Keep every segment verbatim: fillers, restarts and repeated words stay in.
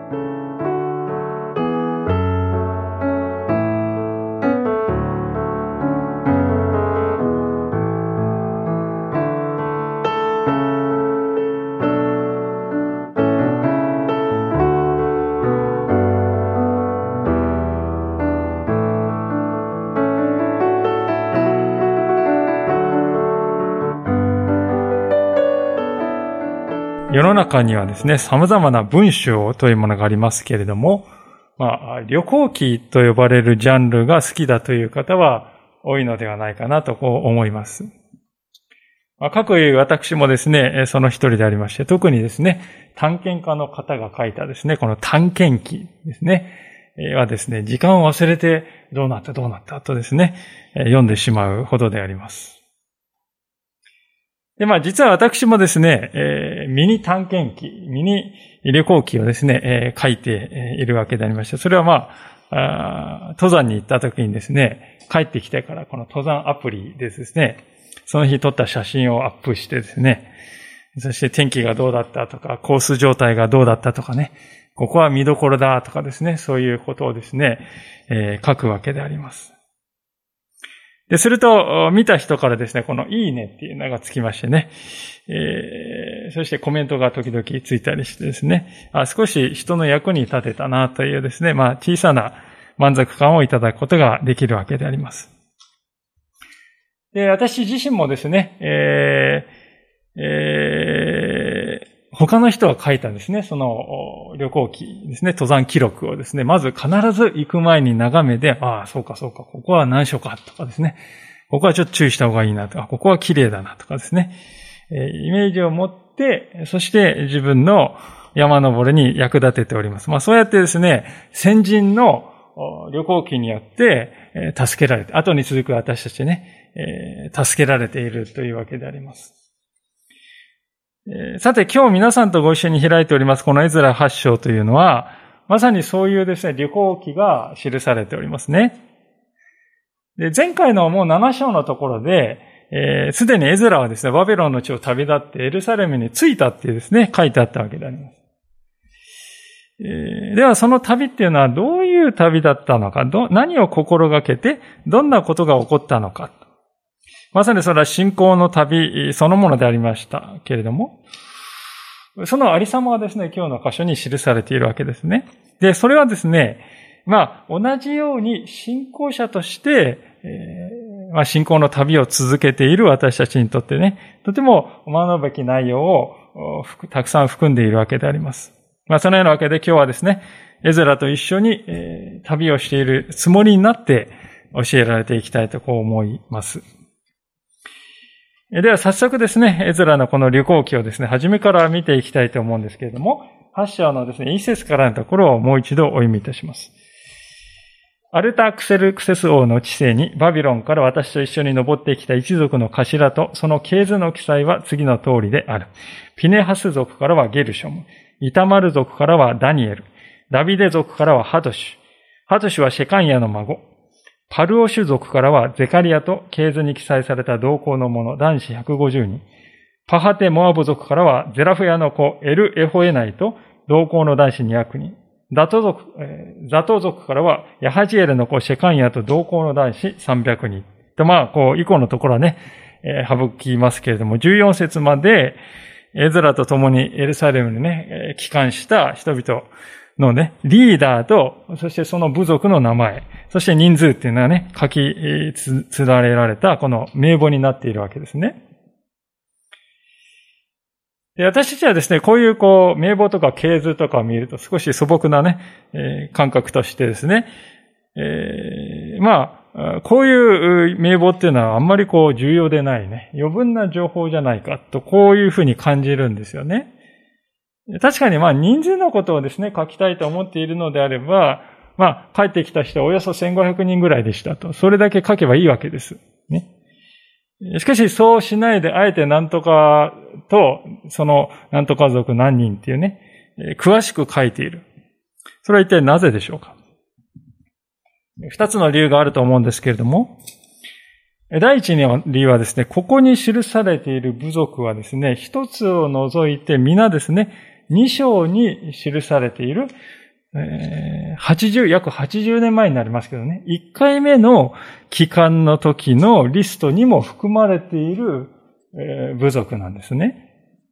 世の中にはですね、様々な文章というものがありますけれども、まあ、旅行記と呼ばれるジャンルが好きだという方は多いのではないかなとこう思います。まあ、各いう私もですね、その一人でありまして、特にですね、探検家の方が書いたですね、この探検記ですね、はですね、時間を忘れてどうなったどうなったとですね、読んでしまうほどであります。で、まあ実は私もですね、えー、ミニ探検記、ミニ旅行記をですね、えー、書いているわけでありまして、それはまあ、あ登山に行った時にですね、帰ってきてからこの登山アプリでですね、その日撮った写真をアップしてですね、そして天気がどうだったとか、コース状態がどうだったとかね、ここは見どころだとかですね、そういうことをですね、えー、書くわけであります。で、すると、見た人からですね、このいいねっていうのがつきましてね、えー、そしてコメントが時々ついたりしてですね、あ、少し人の役に立てたなというですね、まあ小さな満足感をいただくことができるわけであります。で、私自身もですね、えー、えー、他の人が書いたですね、その旅行記ですね、登山記録をですね、まず必ず行く前に眺めで、ああ、そうかそうか、ここは何所かとかですね、ここはちょっと注意した方がいいなとか、ここは綺麗だなとかですね、イメージを持って、そして自分の山登りに役立てております。まあそうやってですね、先人の旅行記によって助けられて、後に続く私たちね、助けられているというわけであります。さて今日皆さんとご一緒に開いておりますこのエズラはち章というのは、まさにそういうですね、旅行記が記されておりますね。で、前回のもうなな章のところで、すで、えー、にエズラはですね、バビロンの地を旅立ってエルサレムに着いたっていうですね、書いてあったわけであります。えー、ではその旅っていうのはどういう旅だったのか、ど何を心がけて、どんなことが起こったのか。まさにそれは信仰の旅そのものでありましたけれども、そのありさまはですね、今日の箇所に記されているわけですね。で、それはですね、まあ、同じように信仰者として、えー、まあ、信仰の旅を続けている私たちにとってね、とても学ぶべき内容をたくさん含んでいるわけであります。まあ、そのようなわけで今日はですね、エズラと一緒に、えー、旅をしているつもりになって教えられていきたいとこう思います。では早速ですね、エズラのこの旅行記をですね、初めから見ていきたいと思うんですけれども、はち章のですね、一節からのところをもう一度お読みいたします。アルタクセルクセス王の治世にバビロンから私と一緒に登ってきた一族の頭とその系図の記載は次の通りである。ピネハス族からはゲルショム、イタマル族からはダニエル、ダビデ族からはハドシュ、ハドシュはシェカンヤの孫、パルオシュ族からはゼカリアと系図に記載された同行の者男子ひゃくごじゅうにん、パハテモアブ族からはゼラフヤの子エルエホエナイと同行の男子にひゃくにん、ザト族、えー、ザト族からはヤハジエルの子シェカンヤと同行の男子さんびゃくにん。と、まあ、こう、以降のところはね、えー、省きますけれども、じゅうよん節まで、エズラと共にエルサレムにね、帰還した人々のね、リーダーと、そしてその部族の名前、そして人数っていうのはね、書きつ、つられられた、この名簿になっているわけですね。で、私たちはですね、こういうこう、名簿とか系図とかを見ると少し素朴なね、えー、感覚としてですね、えー、まあ、こういう名簿っていうのはあんまりこう重要でないね、余分な情報じゃないかと、こういうふうに感じるんですよね。確かにまあ人数のことをですね、書きたいと思っているのであれば、まあ帰ってきた人はおよそせんごひゃくにんぐらいでしたと。それだけ書けばいいわけです。ね。しかしそうしないであえてなんとかと、そのなんとか族何人っていうね、詳しく書いている。それは一体なぜでしょうか。二つの理由があると思うんですけれども、第一の理由はですね、ここに記されている部族はですね、一つを除いて皆ですね、 に章に記されている、えー、はちじゅう、約はちじゅうねんまえになりますけどね、いっかいめの帰還の時のリストにも含まれている、えー、部族なんですね。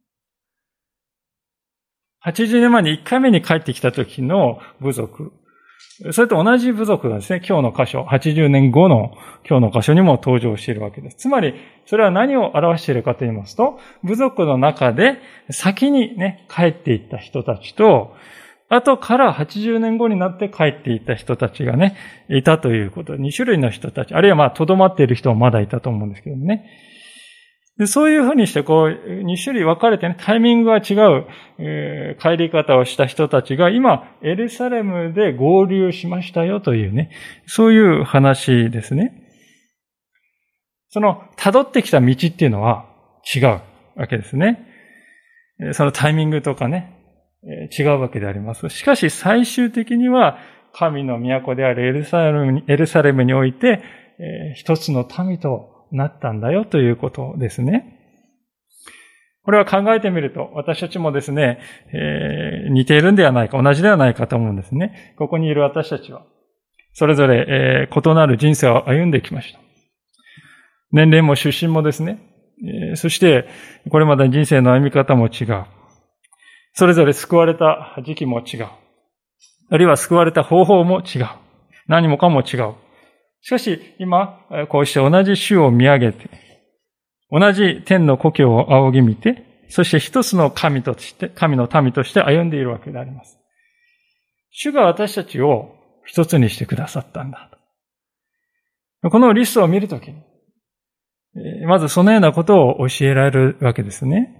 はちじゅうねんまえにいっかいめに帰ってきた時の部族。それと同じ部族がですね、今日の箇所、はちじゅうねんごの今日の箇所にも登場しているわけです。つまり、それは何を表しているかと言いますと、部族の中で先にね、帰っていった人たちと、後からはちじゅうねんごになって帰っていった人たちがね、いたということ。に種類の人たち、あるいはまあ、留まっている人もまだいたと思うんですけどもね。でそういうふうにして、こう、に種類分かれてね、タイミングが違う、えー、帰り方をした人たちが、今、エルサレムで合流しましたよというね、そういう話ですね。その、辿ってきた道っていうのは違うわけですね。そのタイミングとかね、違うわけであります。しかし、最終的には、神の都であるエルサレムに、エルサレムにおいて、えー、一つの民となったんだよということですね。これは考えてみると、私たちもですね、えー、似ているんではないか、同じではないかと思うんですね。ここにいる私たちは、それぞれ、えー、異なる人生を歩んできました。年齢も出身もですね、えー、そして、これまで人生の歩み方も違う。それぞれ救われた時期も違う。あるいは救われた方法も違う。何もかも違う。しかし、今、こうして同じ主を見上げて、同じ天の故郷を仰ぎ見て、そして一つの神として、神の民として歩んでいるわけであります。主が私たちを一つにしてくださったんだと。このリストを見るときに、まずそのようなことを教えられるわけですね。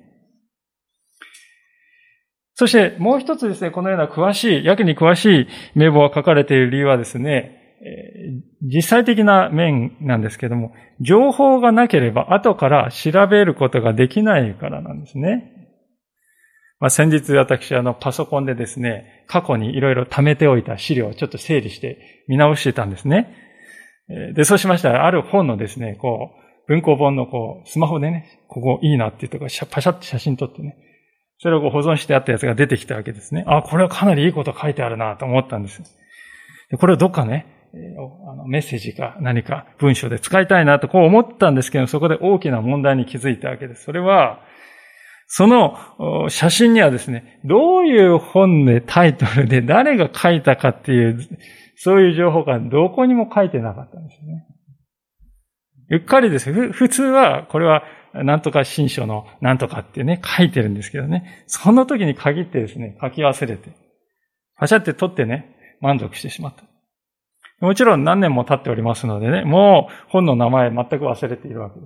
そしてもう一つですね、このような詳しい、やけに詳しい名簿が書かれている理由はですね、実際的な面なんですけども、情報がなければ後から調べることができないからなんですね。まあ、先日私あのパソコンでですね、過去にいろいろ貯めておいた資料をちょっと整理して見直してたんですね。で、そうしましたらある本のですね、こう、文庫本のこう、スマホでね、ここいいなっていうところパシャって写真撮ってね、それをこう保存してあったやつが出てきたわけですね。あ、これはかなりいいこと書いてあるなと思ったんです。でこれをどっかね、あのメッセージか何か文章で使いたいなとこう思ったんですけど、そこで大きな問題に気づいたわけです。それは、その写真にはですね、どういう本でタイトルで誰が書いたかっていう、そういう情報がどこにも書いてなかったんですね。うっかりです。普通は、これはなんとか新書のなんとかってね、書いてるんですけどね、その時に限ってですね、書き忘れて、パシャって取ってね、満足してしまった。もちろん何年も経っておりますのでね、もう本の名前全く忘れているわけです。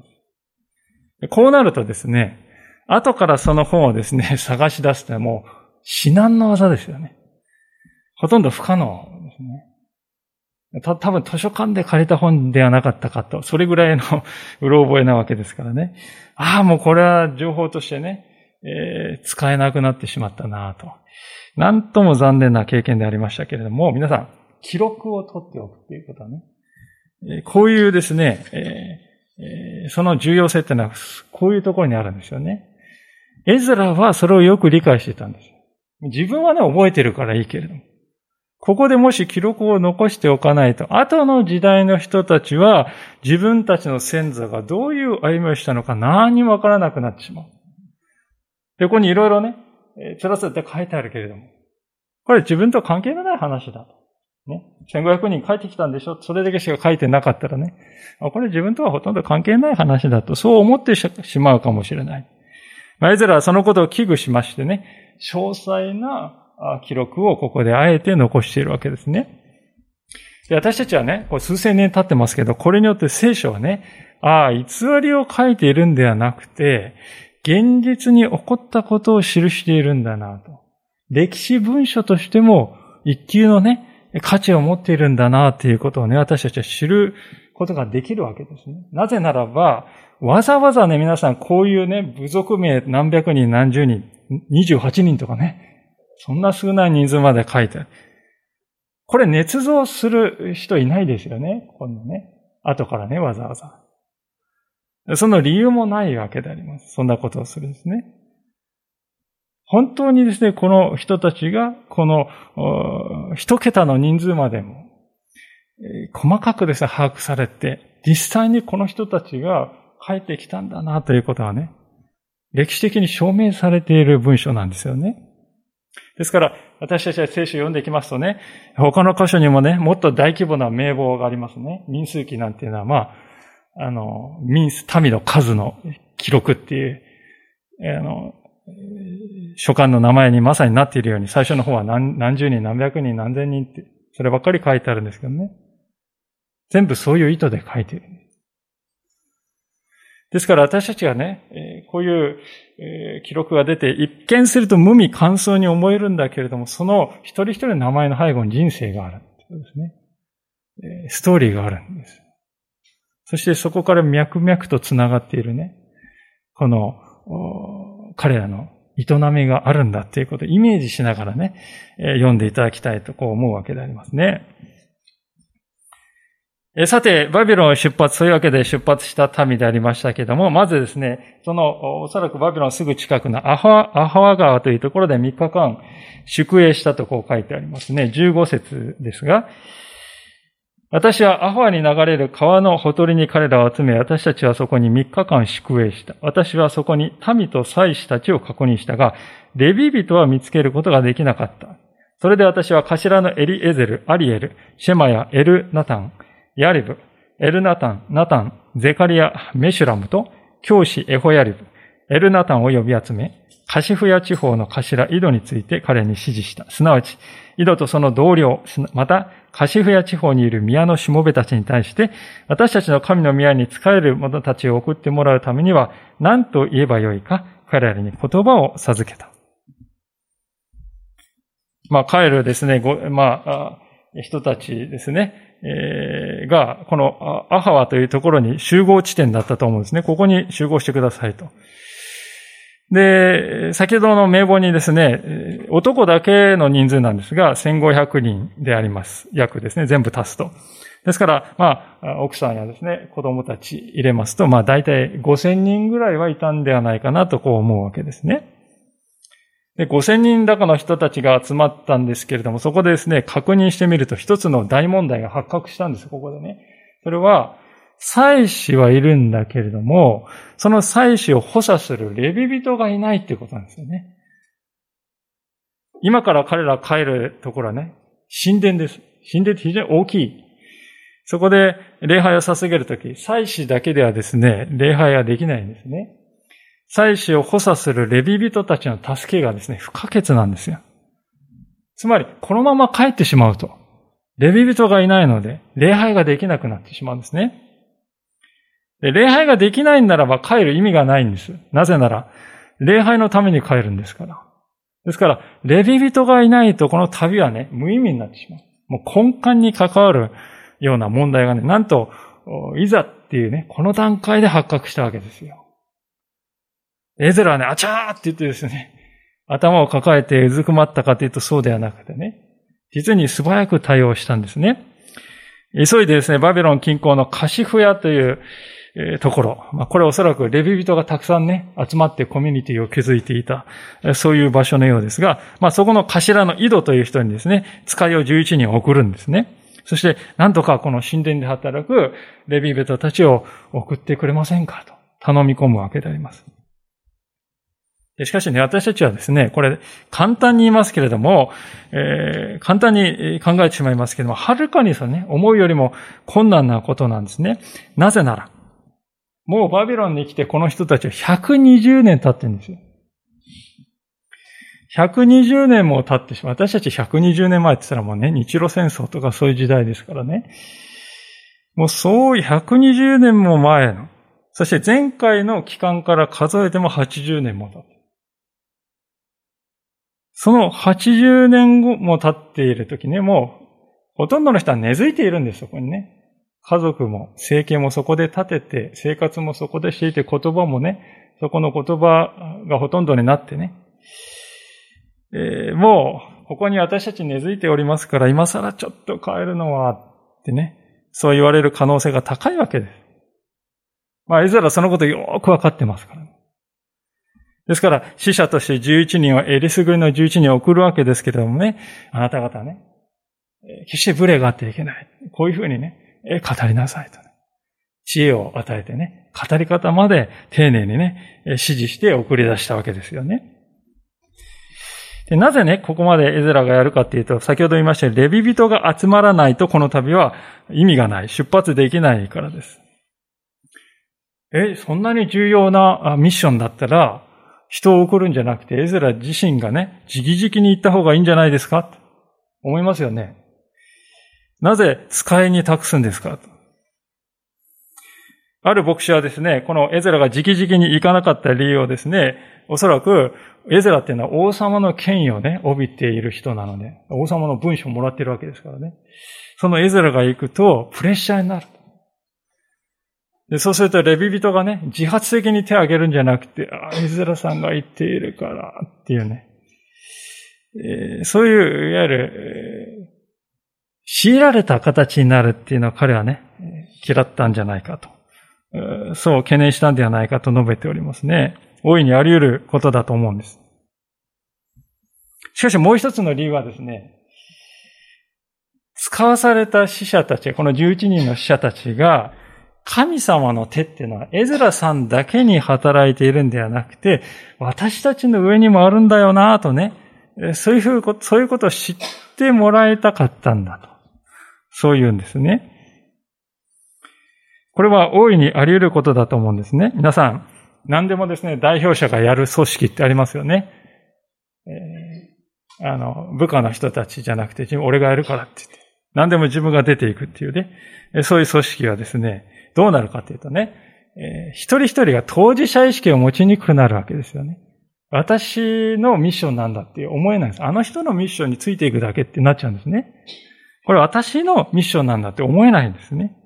こうなるとですね、後からその本をですね、探し出すってもう至難の技ですよね。ほとんど不可能ですね。た多分図書館で借りた本ではなかったかと、それぐらいのうろ覚えなわけですからね。ああ、もうこれは情報としてね、えー、使えなくなってしまったなと。なんとも残念な経験でありましたけれども、皆さん、記録を取っておくっていうことはね、えー、こういうですね、えーえー、その重要性ってのは、こういうところにあるんですよね。エズラはそれをよく理解していたんです。自分はね、覚えてるからいいけれども。ここでもし記録を残しておかないと、後の時代の人たちは自分たちの先祖がどういう歩みをしたのか何にもわからなくなってしまう。で、ここにいろいろね、つらつらって書いてあるけれども、これ自分と関係のない話だと。ね。せんごひゃくにん帰ってきたんでしょ？それだけしか書いてなかったらね、これ自分とはほとんど関係ない話だと、そう思ってしまうかもしれない。エズラはそのことを危惧しましてね、詳細な記録をここであえて残しているわけですね。で私たちはね、これ数千年経ってますけど、これによって聖書はね、ああ、偽りを書いているんではなくて、現実に起こったことを記しているんだなと。歴史文書としても一級のね、価値を持っているんだなということをね、私たちは知ることができるわけですね。なぜならば、わざわざね、皆さんこういうね、部族名何百人何十人、にじゅうはちにんとかね、そんな少ない人数まで書いてある。これ捏造する人いないですよね。こんなね。後からね、わざわざ。その理由もないわけであります。そんなことをするんですね。 本当にですね、この人たちが、この一桁の人数までも、細かくですね、把握されて、実際にこの人たちが帰ってきたんだなということはね、歴史的に証明されている文章なんですよね。ですから、私たちは聖書を読んでいきますとね、他の箇所にもね、もっと大規模な名簿がありますね。民数記なんていうのは、まあ、あの、民、民の数の記録っていう、あの、書簡の名前にまさになっているように、最初の方は何、何十人、何百人、何千人って、そればっかり書いてあるんですけどね。全部そういう意図で書いている。ですから私たちがね、こういう記録が出て、一見すると無味乾燥に思えるんだけれども、その一人一人の名前の背後に人生があるということですね。ストーリーがあるんです。そしてそこから脈々とつながっているね、この彼らの営みがあるんだということをイメージしながらね、読んでいただきたいとこう思うわけでありますね。さて、バビロンを出発、そういうわけで出発した民でありましたけれども、まずですね、その、おそらくバビロンすぐ近くのアハワ、アハワ川というところでみっかかん宿営したとこう書いてありますね。じゅうご節ですが、私はアハワに流れる川のほとりに彼らを集め、私たちはそこにみっかかん宿営した。私はそこに民と祭司たちを確認したが、レビ人は見つけることができなかった。それで私は頭のエリエゼル、アリエル、シェマヤ、エルナタン、ヤリブ、エルナタン、ナタン、ゼカリア、メシュラムと、教師エホヤリブ、エルナタンを呼び集め、カシフヤ地方の頭イドについて彼に指示した。すなわち、イドとその同僚、また、カシフヤ地方にいる宮のしもべたちに対して、私たちの神の宮に仕える者たちを送ってもらうためには、何と言えばよいか、彼らに言葉を授けた。まあ、帰るですね、ごまあ、人たちですね、えー、が、このアハワというところに集合地点だったと思うんですね。ここに集合してくださいと。で、先ほどの名簿にですね、男だけの人数なんですが、せんごひゃくにんであります。約ですね、全部足すと。ですから、まあ、奥さんやですね、子供たち入れますと、まあ、大体ごせんにんぐらいはいたんではないかなとこう思うわけですね。で、ごせんにんだかの人たちが集まったんですけれども、そこでですね、確認してみると一つの大問題が発覚したんです、ここでね。それは、祭司はいるんだけれども、その祭司を補佐するレビ人がいないっていうことなんですよね。今から彼ら帰るところはね、神殿です。神殿って非常に大きい。そこで礼拝を捧げるとき、祭司だけではですね、礼拝はできないんですね。祭司を補佐するレビ人たちの助けがですね、不可欠なんですよ。つまり、このまま帰ってしまうと、レビ人がいないので、礼拝ができなくなってしまうんですね。で、礼拝ができないんならば帰る意味がないんです。なぜなら、礼拝のために帰るんですから。ですから、レビ人がいないとこの旅はね、無意味になってしまう。もう根幹に関わるような問題がね、なんと、いざっていうね、この段階で発覚したわけですよ。エゼラはね、あちゃーって言ってですね、頭を抱えてうずくまったかというとそうではなくてね、実に素早く対応したんですね。急いでですね、バビロン近郊のカシフヤというところ、まあ、これおそらくレビ人がたくさんね、集まってコミュニティを築いていた、そういう場所のようですが、まあ、そこの頭のイドという人にですね、使いをじゅういちにん送るんですね。そして、なんとかこの神殿で働くレビ人たちを送ってくれませんかと頼み込むわけであります。しかしね、私たちはですね、これ簡単に言いますけれども、えー、簡単に考えてしまいますけれども、はるかにそのね、思うよりも困難なことなんですね。なぜなら、もうバビロンに来てこの人たちはひゃくにじゅうねん経ってるんですよ。ひゃくにじゅうねんも経ってしまう。私たちひゃくにじゅうねんまえって言ったらもうね、日露戦争とかそういう時代ですからね。もうそうひゃくにじゅうねんも前の、そして前回の期間から数えてもはちじゅうねんも経って。そのはちじゅうねんごも経っているときね、もうほとんどの人は根付いているんです、そこにね。家族も生計もそこで立てて、生活もそこでしていて、言葉もね、そこの言葉がほとんどになってね。えー、もう、ここに私たち根付いておりますから、今更ちょっと帰るのは、ってね、そう言われる可能性が高いわけです。まあ、エゼラはそのことよーくわかってますからね。 ですから、使者としてじゅういちにんはエリス組のじゅういちにんを送るわけですけれどもね、あなた方ね、決して無礼があってはいけない。こういうふうにね、語りなさいと、ね。知恵を与えてね、語り方まで丁寧にね、指示して送り出したわけですよね。で、なぜね、ここまでエゼラがやるかっていうと、先ほど言いましたように、レビ人が集まらないとこの旅は意味がない。出発できないからです。え、そんなに重要なミッションだったら、人を送るんじゃなくて、エゼラ自身がね、直々に行った方がいいんじゃないですかと思いますよね。なぜ使いに託すんですかと。ある牧師はですね、このエゼラが直々に行かなかった理由をですね、おそらく、エゼラっていうのは王様の権威をね、帯びている人なので、王様の文書をもらっているわけですからね。そのエゼラが行くと、プレッシャーになる。で、そうすると、レビ人がね、自発的に手を挙げるんじゃなくて、ああ、エゼラさんが言っているから、っていうね。えー、そういう、いわゆる、えー、強いられた形になるっていうのは彼はね、嫌ったんじゃないかと。そう懸念したんではないかと述べておりますね。大いにあり得ることだと思うんです。しかしもう一つの理由はですね、使わされた使者たち、このじゅういちにんの使者たちが、神様の手っていうのはエズラさんだけに働いているんではなくて、私たちの上にもあるんだよなとね、そういうふうこと、そういうことを知ってもらいたかったんだと。そういうんですね。これは大いにあり得ることだと思うんですね。皆さん、何でもですね、代表者がやる組織ってありますよね。えー、あの、部下の人たちじゃなくて、俺がやるからって言って、何でも自分が出ていくっていうね、そういう組織はですね、どうなるかというとね、えー、一人一人が当事者意識を持ちにくくなるわけですよね。私のミッションなんだって思えないんです。あの人のミッションについていくだけってなっちゃうんですね。これ私のミッションなんだって思えないんですね。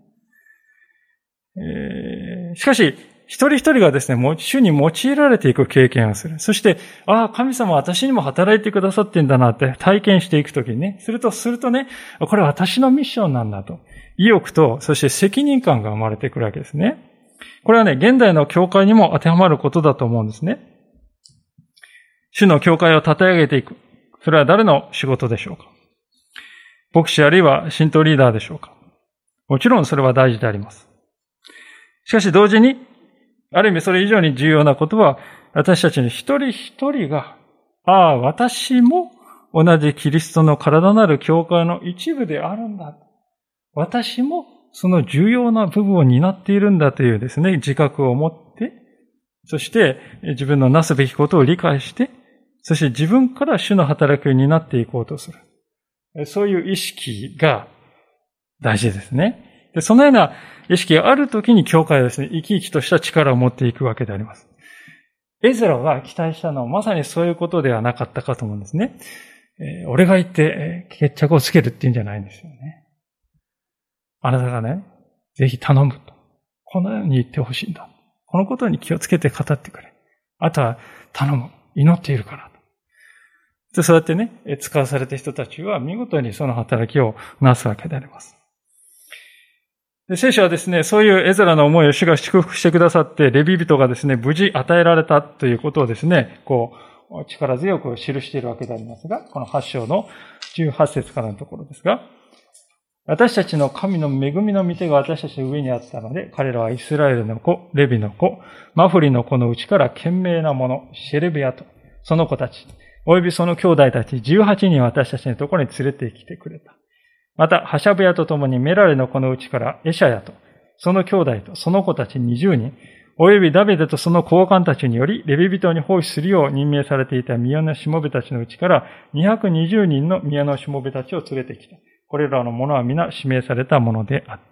えー、しかし、一人一人がですね、主に用いられていく経験をする。そして、ああ、神様は私にも働いてくださってんだなって体験していくときにね、すると、するとね、これは私のミッションなんだと。意欲と、そして責任感が生まれてくるわけですね。これはね、現代の教会にも当てはまることだと思うんですね。主の教会を立て上げていく。それは誰の仕事でしょうか。牧師あるいは信徒リーダーでしょうか。もちろんそれは大事であります。しかし同時に、ある意味それ以上に重要なことは、私たちの一人一人が、ああ、私も同じキリストの体なる教会の一部であるんだ。私もその重要な部分を担っているんだというですね、自覚を持って、そして自分のなすべきことを理解して、そして自分から主の働きを担っていこうとする。そういう意識が大事ですね。で、そのような意識があるときに教会はですね、生き生きとした力を持っていくわけであります。エズラが期待したのはまさにそういうことではなかったかと思うんですね。えー、俺が言って決着をつけるっていうんじゃないんですよね。あなたがね、ぜひ頼むと。このように言ってほしいんだ。このことに気をつけて語ってくれ。あとは頼む。祈っているからと。そうやってね、使わされた人たちは見事にその働きをなすわけであります。で、聖書はですね、そういうエズラの思いを主が祝福してくださって、レビ人がですね、無事与えられたということをですね、こう、力強く記しているわけでありますが、このはち章のじゅうはち節からのところですが、私たちの神の恵みの御手が私たちの上にあったので、彼らはイスラエルの子、レビの子、マフリの子のうちから賢明な者、シェレビアと、その子たち、およびその兄弟たちじゅうはちにん私たちのところに連れてきてくれた。また、ハシャブヤと共にメラレの子のうちからエシャヤと、その兄弟とその子たちにじゅうにん、およびダビデとその高官たちにより、レビ人に奉仕するよう任命されていた宮のしもべたちのうちからにひゃくにじゅうにんの宮のしもべたちを連れてきた。これらの者は皆指名されたものであった。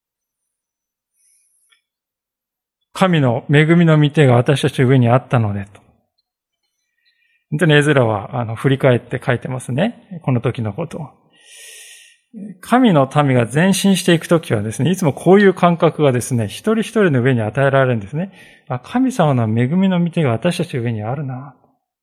神の恵みの御手が私たちの上にあったのでと。本当にエズラはあの振り返って書いてますね。この時のことを。神の民が前進していくときはですね、いつもこういう感覚がですね、一人一人の上に与えられるんですね。あ、神様の恵みの御手が私たちの上にあるな。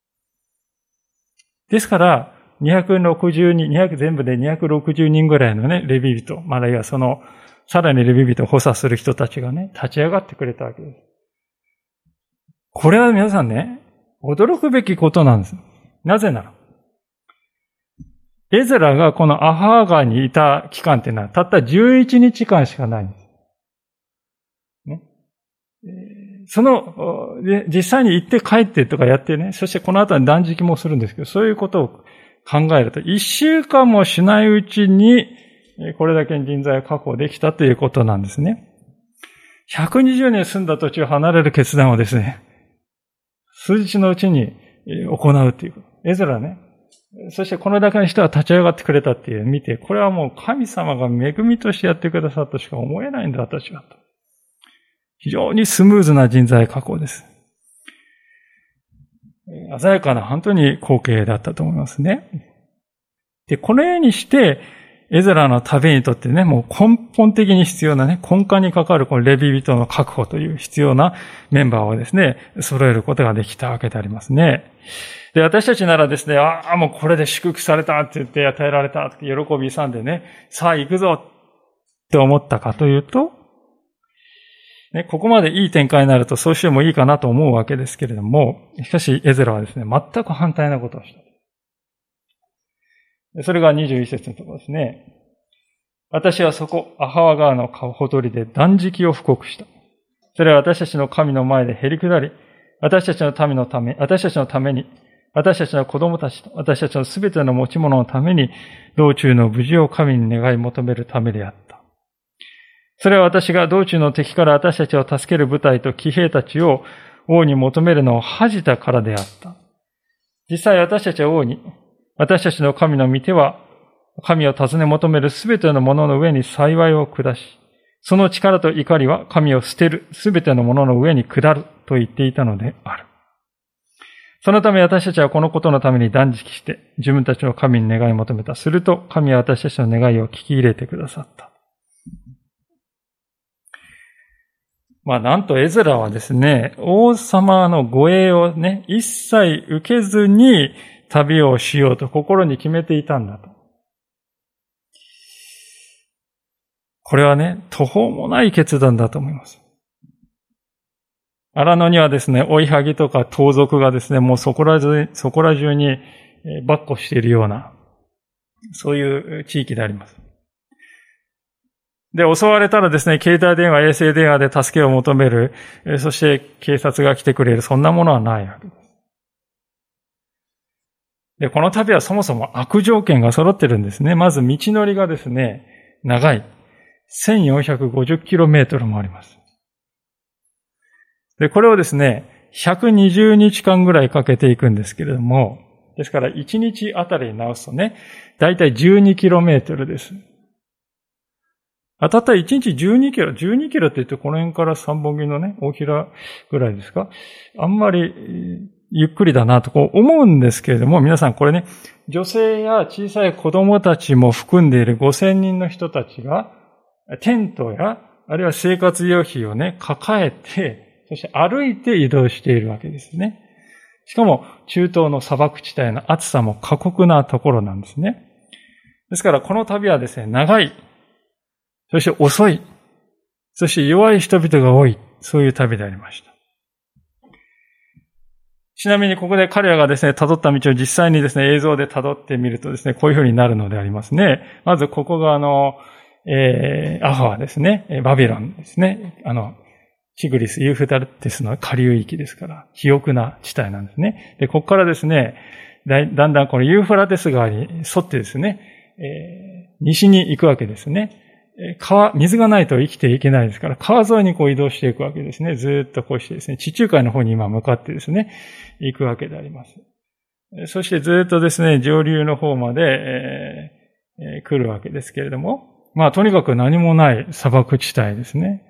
ですから、にひゃくろくじゅうにん、にひゃく全部でにひゃくろくじゅうにんぐらいのね、レビ人、まあ、あるいはその、さらにレビ人を補佐する人たちがね、立ち上がってくれたわけです。これは皆さんね、 驚くべきことなんです。なぜなら、エゼラがこのアハー川にいた期間っていうのはたったじゅういちにちかんしかないんです。ね。その、実際に行って帰ってとかやってね、そしてこの後に断食もするんですけど、そういうことを考えると、一週間もしないうちに、これだけの人材を確保できたということなんですね。ひゃくにじゅうねん住んだ途中離れる決断をですね、数日のうちに行うということ。エゼラね。そしてこれだけの人が立ち上がってくれたっていう見て、これはもう神様が恵みとしてやってくださったとしか思えないんだ、私はと。非常にスムーズな人材確保です。鮮やかな本当に光景だったと思いますね。で、このようにして、エゼラの旅にとってね、もう根本的に必要なね、根幹に関わるこのレビ人の確保という必要なメンバーをですね、揃えることができたわけでありますね。で、私たちならですね、ああ、もうこれで祝福されたって言って与えられたって喜び勇んでね、さあ行くぞって思ったかというと、ね、ここまでいい展開になるとそうしてもいいかなと思うわけですけれども、しかしエゼラはですね、全く反対なことをした。それがにじゅういっ節のところですね。私はそこ、アハワ川のほとりで断食を布告した。それは私たちの神の前でへり下り、私たちの民のため、私たちのために、私たちの子供たちと、私たちのすべての持ち物のために、道中の無事を神に願い求めるためであった。それは私が道中の敵から私たちを助ける部隊と騎兵たちを王に求めるのを恥じたからであった。実際私たちは王に、私たちの神の御手は、神を尋ね求めるすべてのものの上に幸いを下し、その力と怒りは神を捨てるすべてのものの上に下ると言っていたのである。そのため私たちはこのことのために断食して、自分たちの神に願い求めた。すると神は私たちの願いを聞き入れてくださった。まあなんとエゼラはですね、王様の護衛をね、一切受けずに旅をしようと心に決めていたんだと。これはね、途方もない決断だと思います。荒野にはですね、追いはぎとか盗賊がですね、もうそこら中、そこら中に跋扈しているような、そういう地域であります。で、襲われたらですね、携帯電話、衛星電話で助けを求める、そして警察が来てくれる、そんなものはないわけです。で、この旅はそもそも悪条件が揃ってるんですね。まず道のりがですね、長い。せんよんひゃくごじゅっキロメートルもあります。で、これをですね、ひゃくにじゅうにちかんぐらいかけていくんですけれども、ですからいちにちあたりに直すとね、だいたいじゅうにキロメートルです。あたったいちにちじゅうにキロ、じゅうにキロって言ってこの辺から三本木のね、大平ぐらいですか？あんまりゆっくりだなとこう思うんですけれども、皆さんこれね、女性や小さい子供たちも含んでいるごせんにんの人たちが、テントや、あるいは生活用品をね、抱えて、そして歩いて移動しているわけですね。しかも、中東の砂漠地帯の暑さも過酷なところなんですね。ですから、この旅はですね、長い、そして遅い、そして弱い人々が多い、そういう旅でありました。ちなみにここで彼らがですね、辿った道を実際にですね、映像で辿ってみるとですね、こういう風になるのでありますね。まずここがあの、えー、アハはですね、バビロンですね。あの、チグリス、ユーフラテスの下流域ですから、肥沃な地帯なんですね。で、ここからですね、だ, だんだんこのユーフラテス川に沿ってですね、えー、西に行くわけですね。川、水がないと生きていけないですから、川沿いにこう移動していくわけですね。ずーっとこうしてですね、地中海の方に今向かってですね、行くわけであります。そしてずーっとですね、上流の方まで、えー、来るわけですけれども、まあ、とにかく何もない砂漠地帯ですね。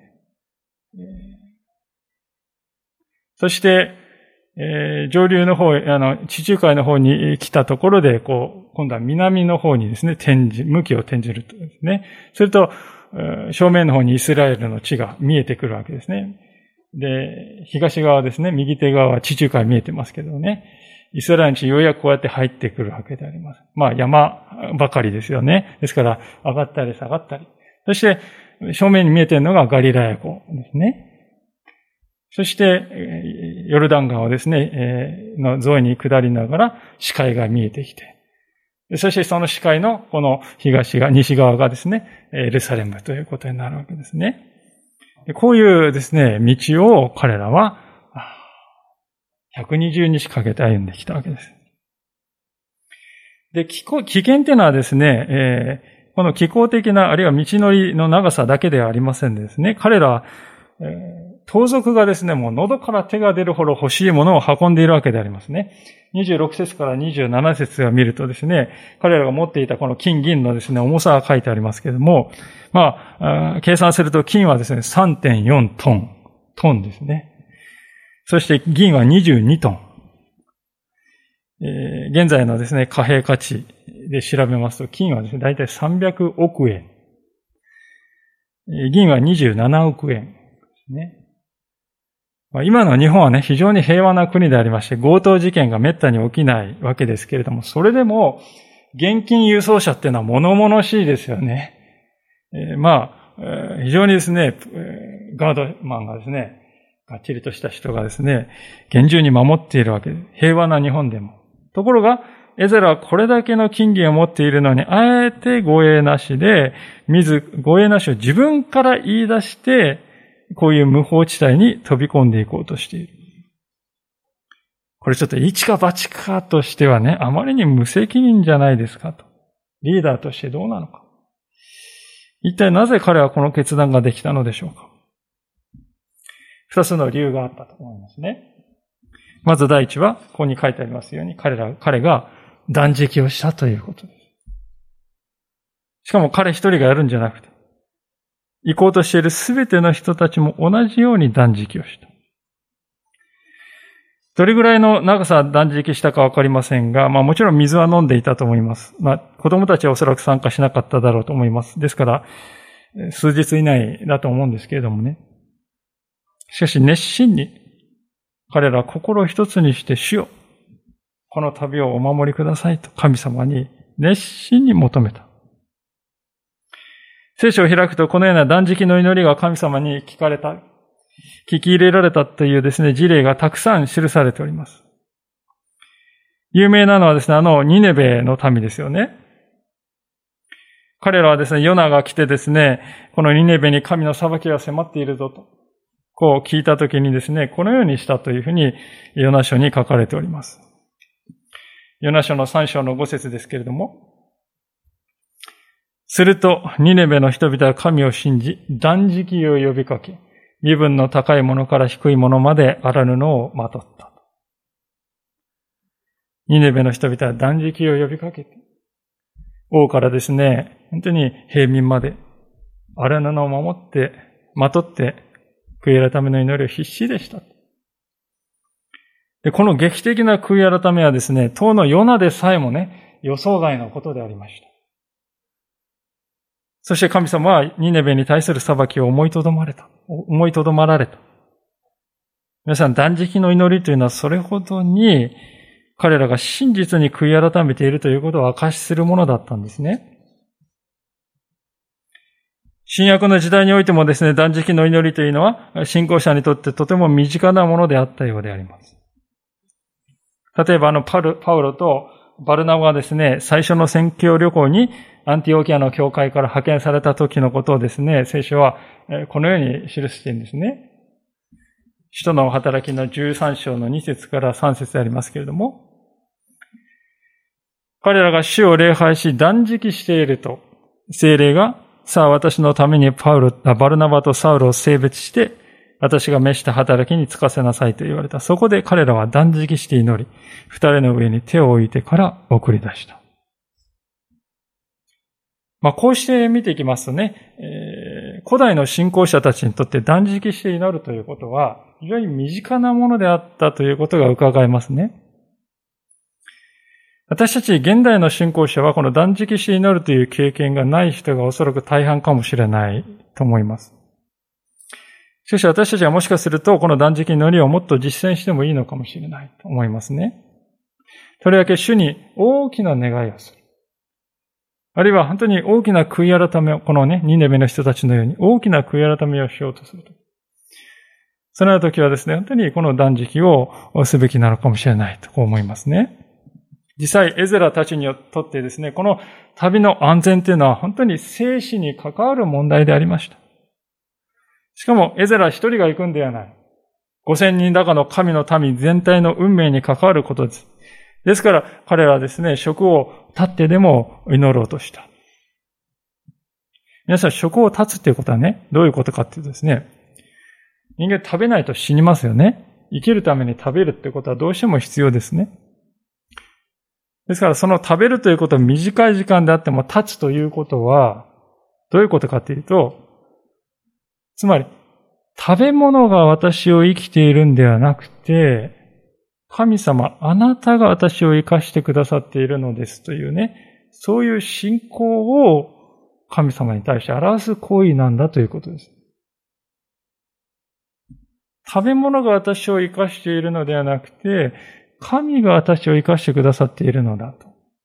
そして、えー、上流の方、あの、地中海の方に来たところで、こう、今度は南の方にですね、転じ、向きを転じるとですね。すると、正面の方にイスラエルの地が見えてくるわけですね。で、東側ですね、右手側は地中海見えてますけどね。イスラエルの地ようやくこうやって入ってくるわけであります。まあ山ばかりですよね。ですから上がったり下がったり。そして正面に見えているのがガリラヤ湖ですね。そしてヨルダン川をですね、えー、の沿いに下りながら視界が見えてきて、そしてその視界のこの東が、西側がですね、エルサレムということになるわけですね。こういうですね、道を彼らはひゃくにじゅうにちかけて歩んできたわけです。で、危険っていうのはですね、えー、この気候的な、あるいは道のりの長さだけではありませんでですね、彼らは、えー、盗賊がですね、もう喉から手が出るほど欲しいものを運んでいるわけでありますね。にじゅうろく節からにじゅうなな節を見るとですね、彼らが持っていたこの金銀のですね、重さが書いてありますけれども、まあ、計算すると金はですね、さんてんよんトン。トンですね。そして銀はにじゅうにトン。えー、現在のですね、貨幣価値で調べますと、金はですね、だいたいさんびゃくおくえん。銀はにじゅうななおくえんですね。今の日本はね、非常に平和な国でありまして、強盗事件が滅多に起きないわけですけれども、それでも、現金輸送車っていうのは物々しいですよね。えー、まあ、えー、非常にですね、ガードマンがですね、がっちりとした人がですね、厳重に守っているわけです。平和な日本でも。ところが、エゼラはこれだけの金銀を持っているのに、あえて護衛なしで、自、護衛なしを自分から言い出して、こういう無法地帯に飛び込んでいこうとしている。これちょっと一か八かとしてはね、あまりに無責任じゃないですかと。リーダーとしてどうなのか。一体なぜ彼はこの決断ができたのでしょうか。二つの理由があったと思いますね。まず第一は、ここに書いてありますように、彼ら、彼が断食をしたということです。しかも彼一人がやるんじゃなくて、行こうとしているすべての人たちも同じように断食をした。どれぐらいの長さ断食したかわかりませんが、まあもちろん水は飲んでいたと思います。まあ子供たちはおそらく参加しなかっただろうと思います。ですから、数日以内だと思うんですけれどもね。しかし熱心に彼らは心を一つにして主よ、この旅をお守りくださいと神様に熱心に求めた。聖書を開くとこのような断食の祈りが神様に聞かれた、聞き入れられたというですね、事例がたくさん記されております。有名なのはですね、あのニネベの民ですよね。彼らはですね、ヨナが来てですね、このニネベに神の裁きが迫っているぞと、こう聞いたときにですね、このようにしたというふうにヨナ書に書かれております。ヨナ書のさん章のご節ですけれども、すると、ニネベの人々は神を信じ、断食を呼びかけ、身分の高いものから低いものまであらぬのをまとった。ニネベの人々は断食を呼びかけて、王からですね、本当に平民まで、あらぬのを守って、まとって、悔い改めの祈りを必死でした。で、この劇的な悔い改めはですね、当のヨナでさえもね、予想外のことでありました。そして神様はニネベに対する裁きを思いとどまれた。思いとどまられた。皆さん、断食の祈りというのはそれほどに彼らが真実に悔い改めているということを証しするものだったんですね。新約の時代においてもですね、断食の祈りというのは信仰者にとってとても身近なものであったようであります。例えばあのパル、パウロとバルナバがですね、最初の宣教旅行にアンティオキアの教会から派遣された時のことをですね、聖書はこのように記しているんですね。使徒の働きのじゅうさん章のに節からさん節でありますけれども、彼らが主を礼拝し断食していると、聖霊が、さあ私のためにパウロ、バルナバとサウルを性別して、私が召した働きに就かせなさいと言われた。そこで彼らは断食して祈り、二人の上に手を置いてから送り出した。まあこうして見ていきますとね、えー、古代の信仰者たちにとって断食して祈るということは非常に身近なものであったということが伺えますね。私たち現代の信仰者はこの断食して祈るという経験がない人がおそらく大半かもしれないと思います。しかし私たちはもしかするとこの断食の祈りをもっと実践してもいいのかもしれないと思いますね。とりわけ主に大きな願いをする。あるいは本当に大きな悔い改めを、このね、ニネベの人たちのように大きな悔い改めをしようとすると。 そのような時はですね、本当にこの断食をすべきなのかもしれないと思いますね。実際、エゼラたちにとってですね、この旅の安全というのは本当に生死に関わる問題でありました。しかも、エゼラ一人が行くんではない。五千人だかの神の民全体の運命に関わることです。ですから、彼らはですね、食を絶ってでも祈ろうとした。皆さん、食を絶つっていうことはね、どういうことかっていうとですね、人間食べないと死にますよね。生きるために食べるってことはどうしても必要ですね。ですからその食べるということは短い時間であっても立つということはどういうことかというと、つまり食べ物が私を生きているんではなくて、神様あなたが私を生かしてくださっているのですというね、そういう信仰を神様に対して表す行為なんだということです。食べ物が私を生かしているのではなくて、神が私を生かしてくださっているのだと。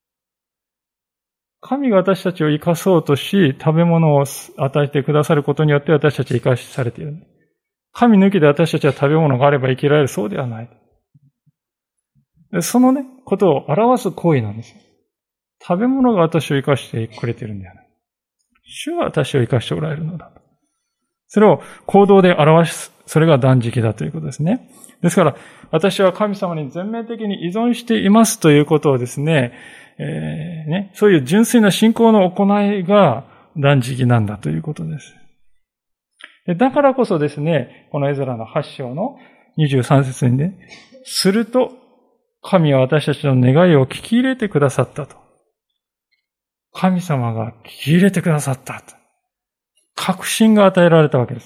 神が私たちを生かそうとし、食べ物を与えてくださることによって私たち生かされている。神抜きで私たちは食べ物があれば生きられる、そうではない。そのね、ことを表す行為なんですよ。食べ物が私を生かしてくれているんではない。主が私を生かしておられるのだと。それを行動で表す、それが断食だということですね。ですから、私は神様に全面的に依存していますということをですね、えー、ね、そういう純粋な信仰の行いが断食なんだということです。だからこそですね、このエズラのはち章のにじゅうさん節にね、すると神は私たちの願いを聞き入れてくださったと。神様が聞き入れてくださったと。確信が与えられたわけです。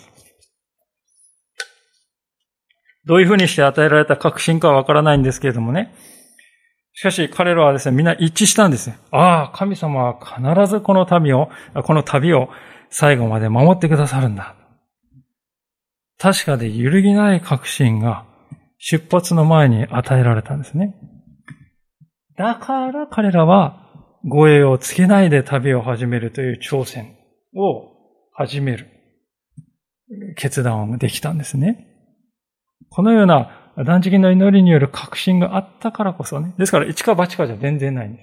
どういうふうにして与えられた確信かはわからないんですけれどもね。しかし彼らはですね、みんな一致したんですね。ああ、神様は必ずこの旅を、この旅を最後まで守ってくださるんだ。確かで揺るぎない確信が出発の前に与えられたんですね。だから彼らは護衛をつけないで旅を始めるという挑戦を始める決断をできたんですね。このような断食の祈りによる確信があったからこそね。ですから一か八かじゃ全然ないんです。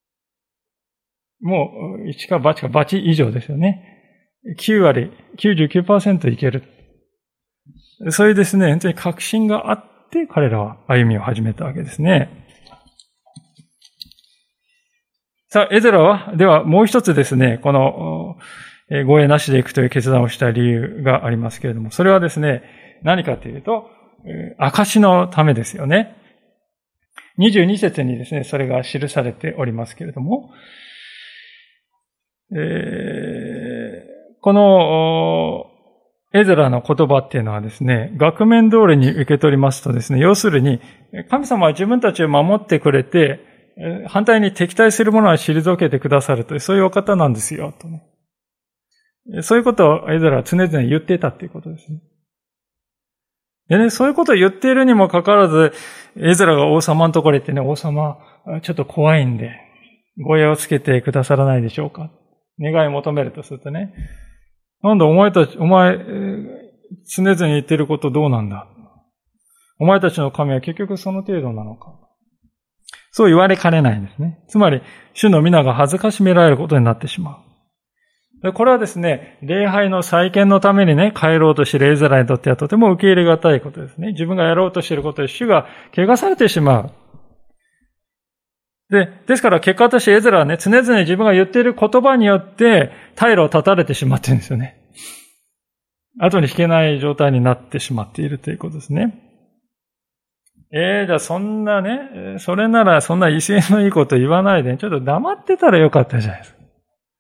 もう一か八か八以上ですよね。きゅう割、きゅうじゅうきゅうパーセント いける。そういうですね、本当に確信があって彼らは歩みを始めたわけですね。さあ、エゼラは、ではもう一つですね、この護衛なしで行くという決断をした理由がありますけれども、それはですね、何かというと、証のためですよね。にじゅうに節にですね、それが記されておりますけれども、えー、このエゼラの言葉っていうのはですね、額面通りに受け取りますとですね、要するに、神様は自分たちを守ってくれて、反対に敵対する者は退けてくださるという、そういうお方なんですよ、とね。そういうことをエゼラは常々言っていたということですね。でね、そういうことを言っているにもかかわらず、エゼラが王様のところへ行ってね、王様、ちょっと怖いんで、護衛をつけてくださらないでしょうか。願いを求めるとするとね、なんだお前たち、お前、常々言っていることどうなんだ。お前たちの神は結局その程度なのか。そう言われかねないんですね。つまり、主の皆が恥ずかしめられることになってしまう。これはですね、礼拝の再建のためにね、帰ろうとしているエゼラにとってはとても受け入れがたいことですね。自分がやろうとしていることで主が汚されてしまう。で、ですから結果としてエゼラはね、常々自分が言っている言葉によって退路を断たれてしまっているんですよね。後に引けない状態になってしまっているということですね。えー、じゃあそんなね、それならそんな威勢のいいこと言わないで、ちょっと黙ってたらよかったじゃないですか。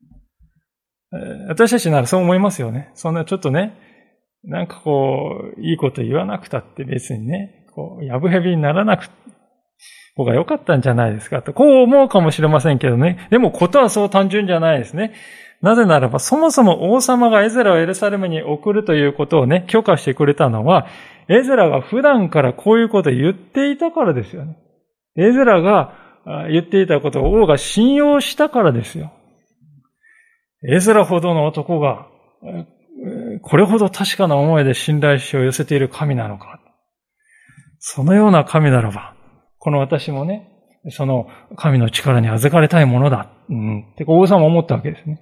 私たちならそう思いますよね。そんなちょっとね、なんかこう、いいこと言わなくたって別にね、こう、やぶへびにならなく方が良かったんじゃないですかと。こう思うかもしれませんけどね。でもことはそう単純じゃないですね。なぜならば、そもそも王様がエゼラをエルサレムに送るということをね、許可してくれたのは、エゼラが普段からこういうことを言っていたからですよね。エゼラが言っていたことを王が信用したからですよ。エゼラほどの男がこれほど確かな思いで信頼しを寄せている神なのか。そのような神ならば、この私もね、その神の力に預かれたいものだ。うん、って王様は思ったわけですね。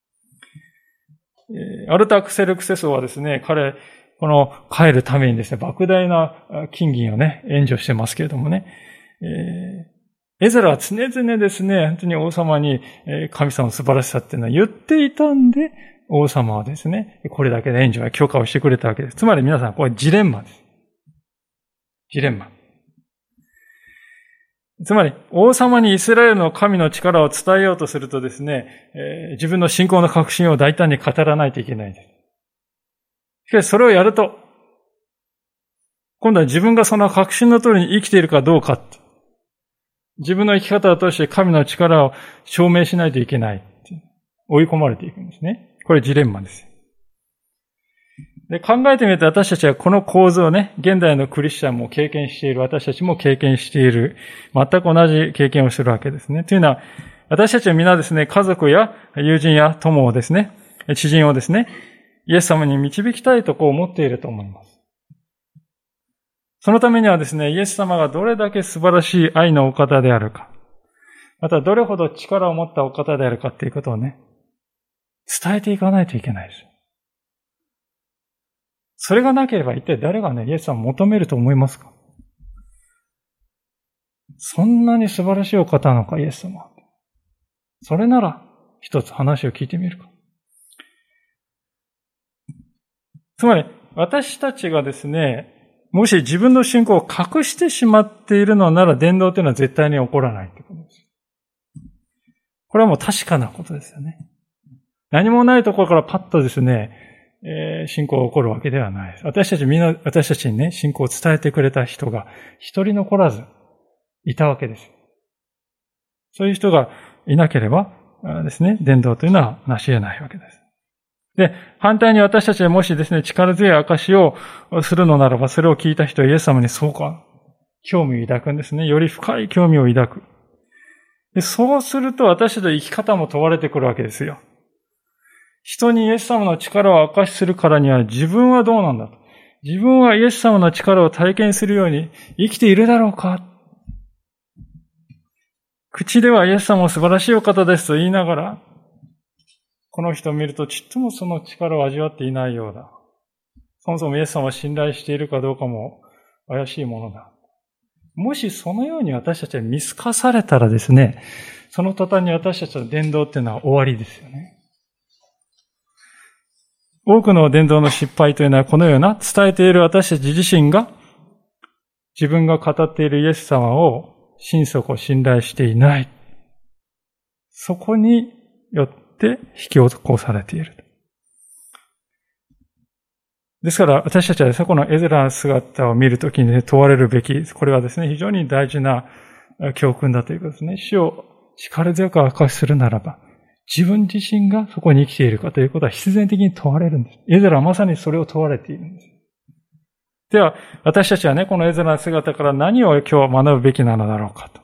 アルタクセルクセソはですね、彼、この帰るためにですね、莫大な金銀をね、援助してますけれどもね、えー、エゼラは常々ですね、本当に王様に神様の素晴らしさっていうのは言っていたんで、王様はですね、これだけの援助や許可をしてくれたわけです。つまり皆さん、これジレンマです。ジレンマ。つまり、王様にイスラエルの神の力を伝えようとするとですね、えー、自分の信仰の確信を大胆に語らないといけないんです。しかし、それをやると、今度は自分がその確信の通りに生きているかどうかって、自分の生き方を通して神の力を証明しないといけないって追い込まれていくんですね。これジレンマです。で、考えてみると私たちはこの構図をね、現代のクリスチャンも経験している、私たちも経験している、全く同じ経験をするわけですね。というのは、私たちは皆ですね、家族や友人や友をですね、知人をですね、イエス様に導きたいとこう思っていると思います。そのためにはですね、イエス様がどれだけ素晴らしい愛のお方であるか、またどれほど力を持ったお方であるかっていうことをね、伝えていかないといけないです。それがなければ一体誰がね、イエス様を求めると思いますか？そんなに素晴らしいお方なのか、イエス様。それなら、一つ話を聞いてみるか。つまり、私たちがですね、もし自分の信仰を隠してしまっているのなら、伝道というのは絶対に起こらないということです。これはもう確かなことですよね。何もないところからパッとですね、えー、信仰が起こるわけではないです。私たちみんな、私たちにね、信仰を伝えてくれた人が一人残らずいたわけです。そういう人がいなければですね、伝道というのは成し得ないわけです。で、反対に私たちはもしですね、力強い証をするのならば、それを聞いた人はイエス様にそうか、興味を抱くんですね。より深い興味を抱く。で、そうすると私たちの生き方も問われてくるわけですよ。人にイエス様の力を証しするからには自分はどうなんだと。自分はイエス様の力を体験するように生きているだろうか。口ではイエス様は素晴らしいお方ですと言いながら、この人を見るとちっともその力を味わっていないようだ。そもそもイエス様を信頼しているかどうかも怪しいものだ。もしそのように私たちは見透かされたらですね、その途端に私たちの伝道っていうのは終わりですよね。多くの伝道の失敗というのはこのような伝えている私たち自身が自分が語っているイエス様を心底信頼していない。そこによって引き起こされている。ですから私たちはですね、このエゼラの姿を見るときに、ね、問われるべき、これはですね、非常に大事な教訓だということですね。主を力強く明かしするならば、自分自身がそこに生きているかということは必然的に問われるんです。エゼラはまさにそれを問われているんです。では、私たちはね、このエゼラの姿から何を今日学ぶべきなのだろうかと。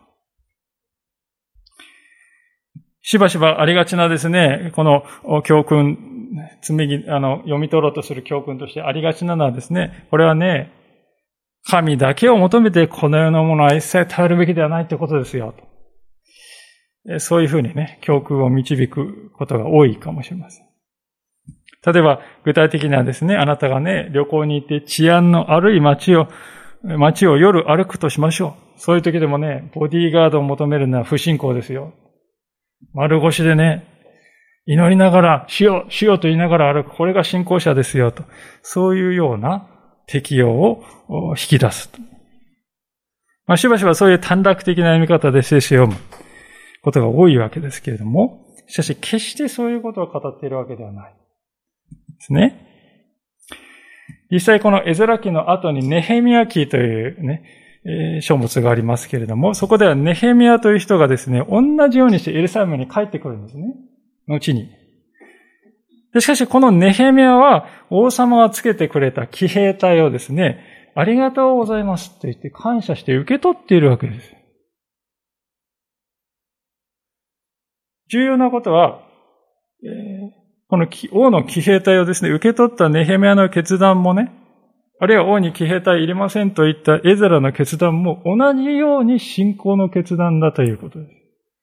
しばしばありがちなですね、この教訓、紡ぎ、あの、読み取ろうとする教訓としてありがちなのはですね、これはね、神だけを求めてこの世のものは一切頼るべきではないということですよと。そういうふうにね、教訓を導くことが多いかもしれません。例えば、具体的にはですね、あなたがね、旅行に行って治安の悪い街を、街を夜歩くとしましょう。そういう時でもね、ボディーガードを求めるのは不信仰ですよ。丸腰でね、祈りながら、主よ、主よと言いながら歩く。これが信仰者ですよと。そういうような適用を引き出す。まあ、しばしばそういう短絡的な読み方で聖書を読むことが多いわけですけれども、しかし決してそういうことを語っているわけではない。ですね。実際このエゼラ記の後にネヘミヤ記というね、えー、書物がありますけれども、そこではネヘミヤという人がですね、同じようにしてエルサレムに帰ってくるんですね。後に。でしかしこのネヘミヤは王様がつけてくれた騎兵隊をですね、ありがとうございますと言って感謝して受け取っているわけです。重要なことは、えーこの王の騎兵隊をですね、受け取ったネヘミヤの決断もね、あるいは王に騎兵隊いりませんと言ったエゼラの決断も同じように信仰の決断だということです。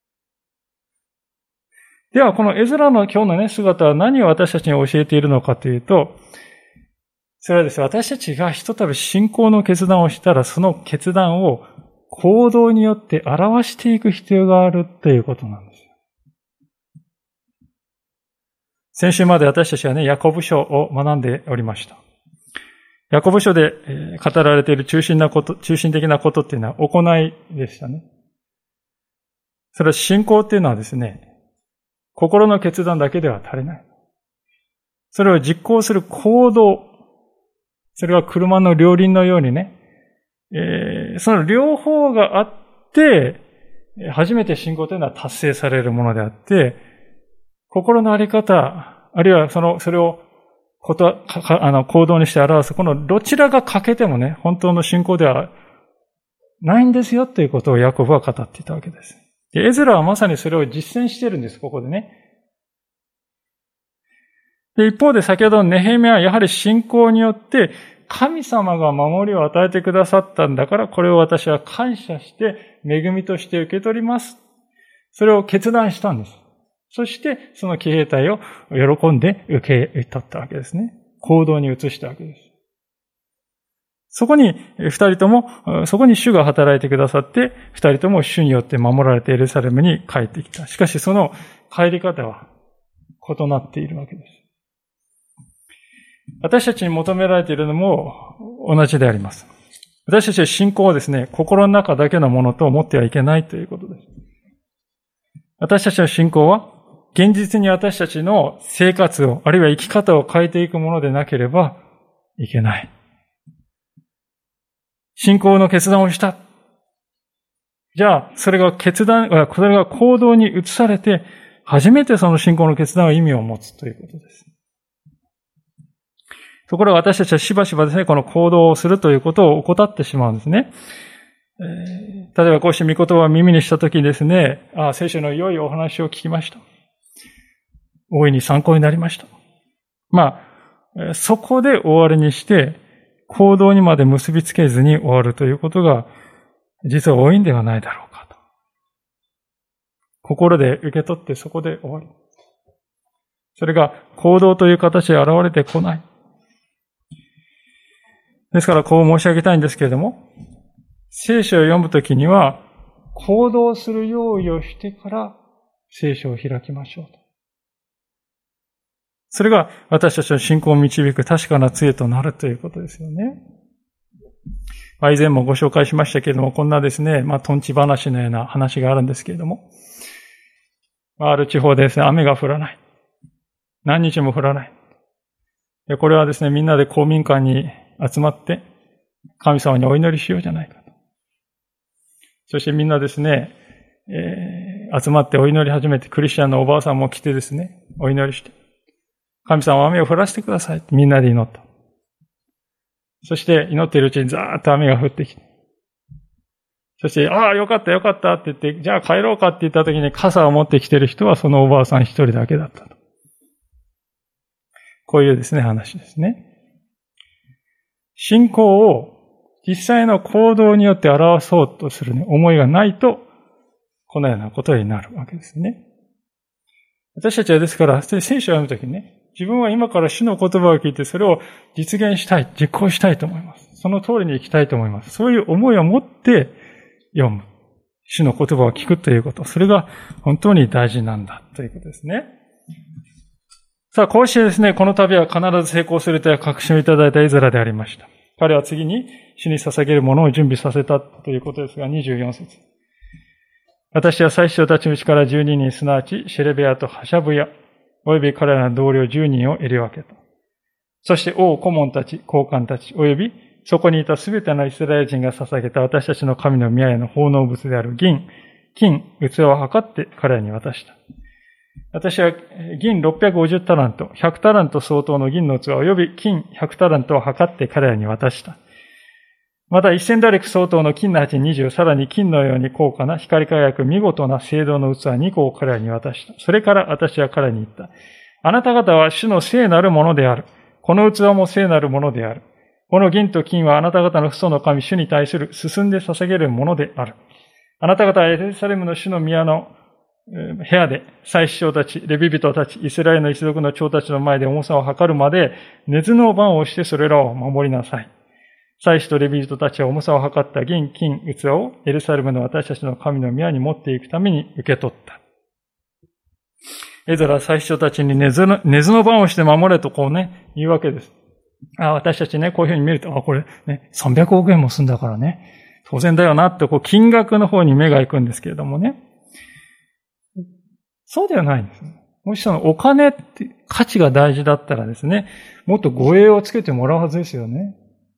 では、このエゼラの今日のね、姿は何を私たちに教えているのかというと、それはですね、私たちがひとたび信仰の決断をしたら、その決断を行動によって表していく必要があるということなんですよ。先週まで私たちはね、ヤコブ書を学んでおりました。ヤコブ書で語られている中心なこと、中心的なことっていうのは行いでしたね。それは信仰っていうのはですね、心の決断だけでは足りない。それを実行する行動、それは車の両輪のようにね、えー、その両方があって、初めて信仰というのは達成されるものであって、心のあり方、あるいはその、それをこと、あの、行動にして表す、このどちらが欠けてもね、本当の信仰ではないんですよということをヤコブは語っていたわけです。で、エズラはまさにそれを実践しているんです、ここでね。で、一方で先ほどのネヘミヤはやはり信仰によって神様が守りを与えてくださったんだから、これを私は感謝して恵みとして受け取ります。それを決断したんです。そしてその騎兵隊を喜んで受け取ったわけですね。行動に移したわけです。そこに二人とも、そこに主が働いてくださって、二人とも主によって守られてエルサレムに帰ってきた。しかしその帰り方は異なっているわけです。私たちに求められているのも同じであります。私たちは信仰をですね、心の中だけのものと思ってはいけないということです。私たちの信仰は、現実に私たちの生活を、あるいは生き方を変えていくものでなければいけない。信仰の決断をした。じゃあ、それが決断、それが行動に移されて、初めてその信仰の決断は意味を持つということです。ところが私たちはしばしばですね、この行動をするということを怠ってしまうんですね。えー、例えばこうして御言葉を耳にしたときにですね、ああ、聖書の良いお話を聞きました。大いに参考になりました。まあ、そこで終わりにして、行動にまで結びつけずに終わるということが、実は多いんではないだろうかと。心で受け取ってそこで終わり。それが行動という形で現れてこない。ですからこう申し上げたいんですけれども、聖書を読むときには、行動する用意をしてから聖書を開きましょうと。それが私たちの信仰を導く確かな杖となるということですよね。まあ、以前もご紹介しましたけれども、こんなですね、まあ、トンチ話のような話があるんですけれども、ある地方でですね、雨が降らない。何日も降らない。で、これはですね、みんなで公民館に集まって、神様にお祈りしようじゃないかと。そしてみんなですね、えー、集まってお祈り始めて、クリスチャンのおばあさんも来てですね、お祈りして、神様は雨を降らせてくださいってみんなで祈った。そして祈っているうちにザーッと雨が降ってきて、そして、ああ、よかったよかったって言って、じゃあ帰ろうかって言った時に傘を持ってきている人はそのおばあさん一人だけだったと。こういうですね、話ですね。信仰を実際の行動によって表そうとする、ね、思いがないと、このようなことになるわけですね。私たちはですから、聖書を読むときにね、自分は今から主の言葉を聞いてそれを実現したい、実行したいと思います。その通りに生きたいと思います。そういう思いを持って読む。主の言葉を聞くということ。それが本当に大事なんだということですね。さあ、こうしてですね、この旅は必ず成功するという確信をいただいたエズラでありました。彼は次に主に捧げるものを準備させたということですが、にじゅうよん節。私は祭司長たちのうちからじゅうににん、すなわちシェレベアとハシャブヤ、および彼らの同僚じゅうにんを選り分けた。そして王顧問たち、高官たち、およびそこにいたすべてのイスラエル人が捧げた私たちの神の宮への奉納物である銀、金、器を測って彼らに渡した。私は銀ろっぴゃくごじゅうタラント、ひゃくタラント相当の銀の器および金ひゃくタラントを測って彼らに渡した。またせんダレク相当の金の鉢にじゅう、さらに金のように高価な光り輝く見事な青銅の器にこを彼らに渡した。それから私は彼らに言った。 あなた方は主の聖なるものである。この器も聖なるものである。この銀と金はあなた方の父祖の神主に対する進んで捧げるものである。あなた方はエルサレムの主の宮の部屋で、祭司長たち、レビ人たち、イスラエルの一族の長たちの前で重さを測るまで、熱の番をしてそれらを守りなさい。祭司とレビ人たちは重さを測った銀、金、器をエルサレムの私たちの神の宮に持っていくために受け取った。エズラは祭司長たちに熱の、熱の番をして守れとこうね、言うわけです。あ私たちね、こういうふうに見ると、あ、これね、さんびゃくおくえんも済んだからね、当然だよなって、こう、金額の方に目が行くんですけれどもね。そうではないんです。もしそのお金って価値が大事だったらですね、もっと護衛をつけてもらうはずですよね。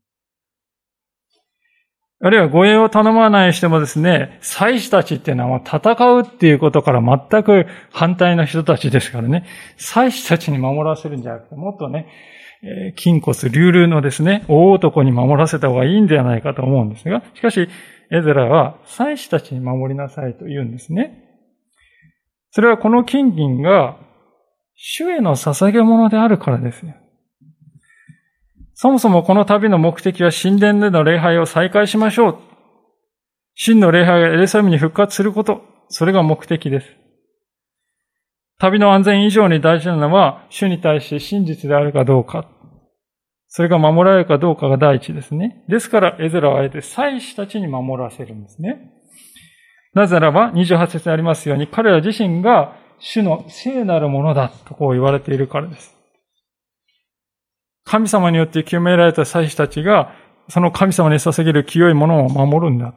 あるいは護衛を頼まない人もですね、祭司たちっていうのは戦うっていうことから全く反対の人たちですからね、祭司たちに守らせるんじゃなくて、もっとね、筋骨隆々のですね、大男に守らせた方がいいんではないかと思うんですが、しかし、エズラは祭司たちに守りなさいと言うんですね。それはこの金銀が主への捧げ物であるからですよ。そもそもこの旅の目的は神殿での礼拝を再開しましょう。真の礼拝がエルサレムに復活すること、それが目的です。旅の安全以上に大事なのは、主に対して真実であるかどうか。それが守られるかどうかが第一ですね。ですから、エズラはあえて祭司たちに守らせるんですね。なぜならば、にじゅうはち節にありますように、彼ら自身が主の聖なるものだとこう言われているからです。神様によって清められた祭司たちが、その神様に捧げる清いものを守るんだ。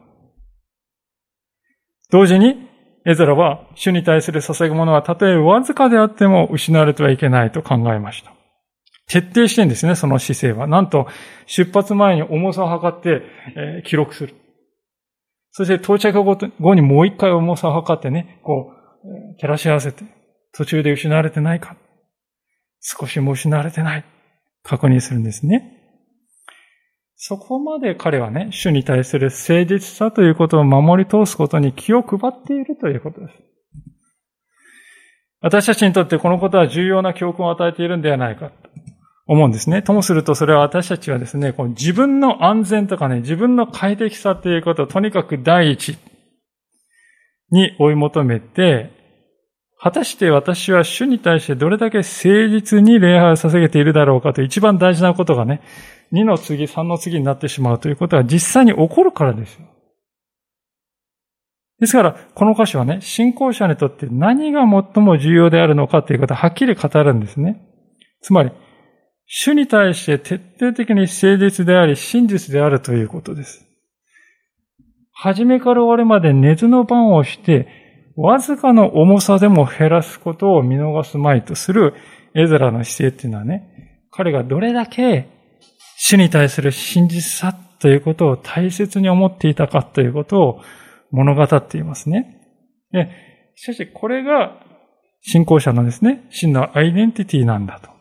同時に、エズラは主に対する捧げ物はたとえわずかであっても失われてはいけないと考えました。徹底してんですね、その姿勢は。なんと、出発前に重さを測って、えー、記録する。そして到着後にもう一回重さを測ってね、こう、照らし合わせて、途中で失われてないか、少しも失われてない、確認するんですね。そこまで彼はね、主に対する誠実さということを守り通すことに気を配っているということです。私たちにとってこのことは重要な教訓を与えているんではないかと思うんですね。ともするとそれは私たちはですね、こう自分の安全とかね、自分の快適さということをとにかく第一に追い求めて、果たして私は主に対してどれだけ誠実に礼拝を捧げているだろうかと一番大事なことがね、にの次、さんの次になってしまうということは実際に起こるからですよ。ですから、この箇所はね、信仰者にとって何が最も重要であるのかということをはっきり語るんですね。つまり、主に対して徹底的に誠実であり、真実であるということです。初めから終わりまで熱の番をして、わずかの重さでも減らすことを見逃すまいとするエズラの姿勢っていうのはね、彼がどれだけ主に対する真実さということを大切に思っていたかということを物語っていますね。で、しかしこれが信仰者のですね、真のアイデンティティなんだと。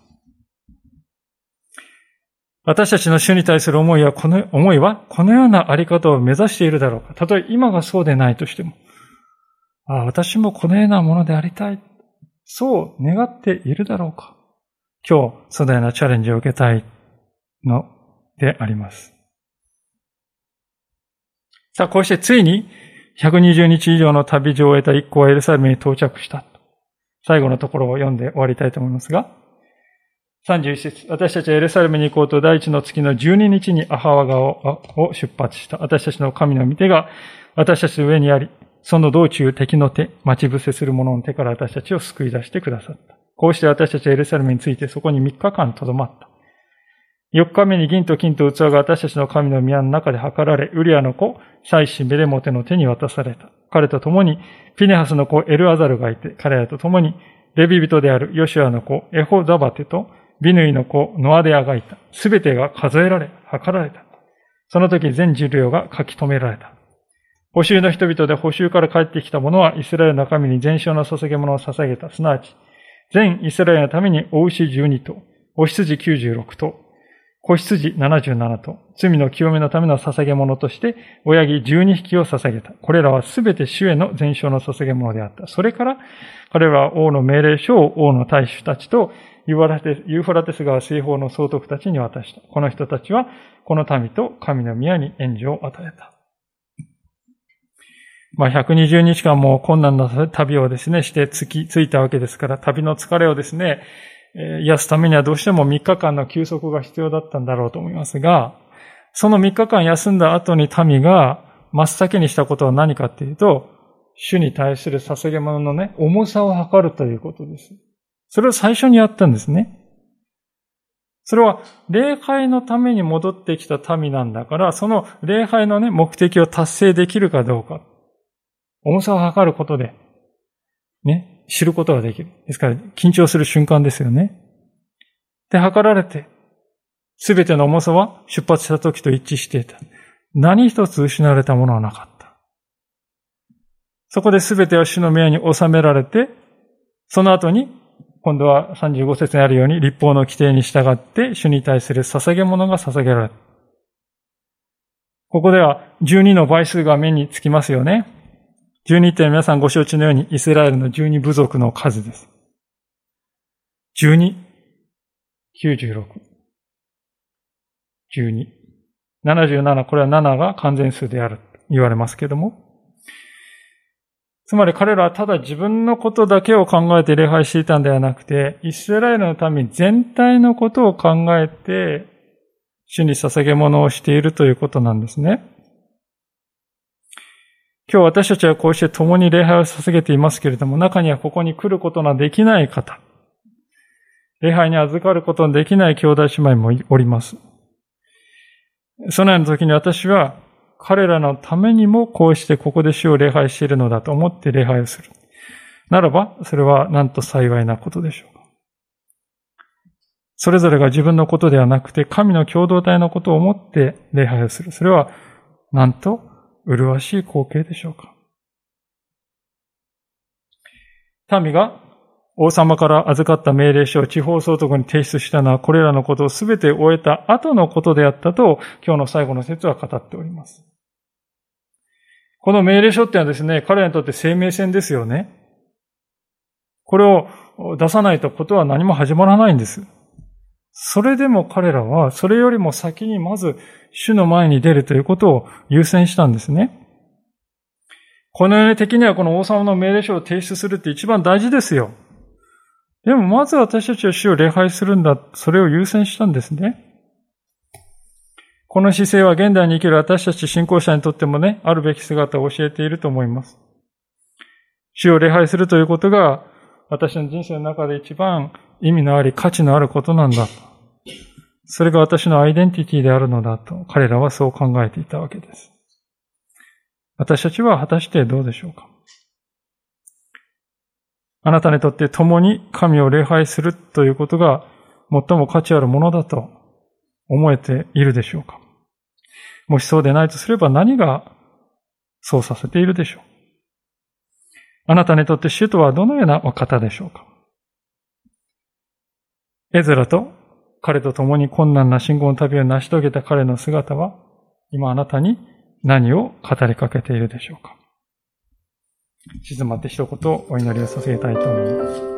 私たちの主に対する思いは、この思いはこのようなあり方を目指しているだろうか。たとえ今がそうでないとしても、ああ、私もこのようなものでありたい。そう願っているだろうか。今日、そのようなチャレンジを受けたいのであります。さあ、こうしてついにひゃくにじゅうにち以上の旅路を終えた一行はエルサレムに到着した。最後のところを読んで終わりたいと思いますが、さんじゅういち節、私たちはエルサレムに行こうと第一の月のじゅうににちにアハワ川を出発した。私たちの神の御手が私たちの上にあり、その道中敵の手、待ち伏せする者の手から私たちを救い出してくださった。こうして私たちはエルサレムについてそこにみっかかんとどまった。よっかめに銀と金と器が私たちの神の宮の中で計られ、ウリアの子、祭司メレモテの手に渡された。彼と共にピネハスの子エルアザルがいて、彼らと共にレビ人であるヨシュアの子エホザバテとビヌイの子ノアデアがいた。すべてが数えられ、計られた。その時全人類が書き留められた。捕囚の人々で捕囚から帰ってきた者はイスラエルの神に全焼の捧げ物を捧げた。すなわち、全イスラエルのためにお牛じゅうにとう、お羊きゅうじゅうろくとう、 子羊ななじゅうななと、罪の清めのための捧げ物として、親木じゅうにひきを捧げた。これらはすべて主への全焼の捧げ物であった。それから、彼らは王の命令書を王の大衆たちとユーフラテス川西方の総督たちに渡した。この人たちは、この民と神の宮に援助を与えた。まあ、ひゃくにじゅうにちかんも困難な旅をですね、してつき、ついたわけですから、旅の疲れをですね、癒すためにはどうしてもみっかかんの休息が必要だったんだろうと思いますが、そのみっかかん休んだ後に民が真っ先にしたことは何かっていうと、主に対する捧げ物のね、重さを測るということです。それを最初にやったんですね。それは礼拝のために戻ってきた民なんだから、その礼拝のね、目的を達成できるかどうか。重さを測ることで、ね、知ることができる。ですから、緊張する瞬間ですよね。で、測られて、すべての重さは出発した時と一致していた。何一つ失われたものはなかった。そこで全ては主の宮に収められて、その後に、今度はさんじゅうご節にあるように、律法の規定に従って、主に対する捧げ物が捧げられる。ここではじゅうにの倍数が目につきますよね。じゅうにって皆さんご承知のように、イスラエルのじゅうに部族の数です。じゅうに、きゅうじゅうろく、じゅうに、ななじゅうなな、これはななが完全数であると言われますけども、つまり彼らはただ自分のことだけを考えて礼拝していたんではなくて、イスラエルの民全体のことを考えて、主に捧げ物をしているということなんですね。今日私たちはこうして共に礼拝を捧げていますけれども、中にはここに来ることのできない方、礼拝に預かることのできない兄弟姉妹もおります。そのような時に私は、彼らのためにもこうしてここで主を礼拝しているのだと思って礼拝をする。ならば、それはなんと幸いなことでしょうか。それぞれが自分のことではなくて、神の共同体のことを思って礼拝をする。それは、なんと、麗しい光景でしょうか。民が王様から預かった命令書を地方総督に提出したのは、これらのことをすべて終えた後のことであったと、今日の最後の説は語っております。この命令書ってのはですね、彼らにとって生命線ですよね。これを出さないとことは何も始まらないんです。それでも彼らは、それよりも先にまず、主の前に出るということを優先したんですね。この世的にはこの王様の命令書を提出するって一番大事ですよ。でもまず私たちは主を礼拝するんだ。それを優先したんですね。この姿勢は現代に生きる私たち信仰者にとってもね、あるべき姿を教えていると思います。主を礼拝するということが、私の人生の中で一番意味のあり価値のあることなんだ。それが私のアイデンティティであるのだと、彼らはそう考えていたわけです。私たちは果たしてどうでしょうか。あなたにとって共に神を礼拝するということが最も価値あるものだと思えているでしょうか。もしそうでないとすれば何がそうさせているでしょう。あなたにとって主とはどのようなお方でしょうか。エズラと彼と共に困難な信仰の旅を成し遂げた彼の姿は、今あなたに何を語りかけているでしょうか。静まって一言お祈りを捧げたいと思います。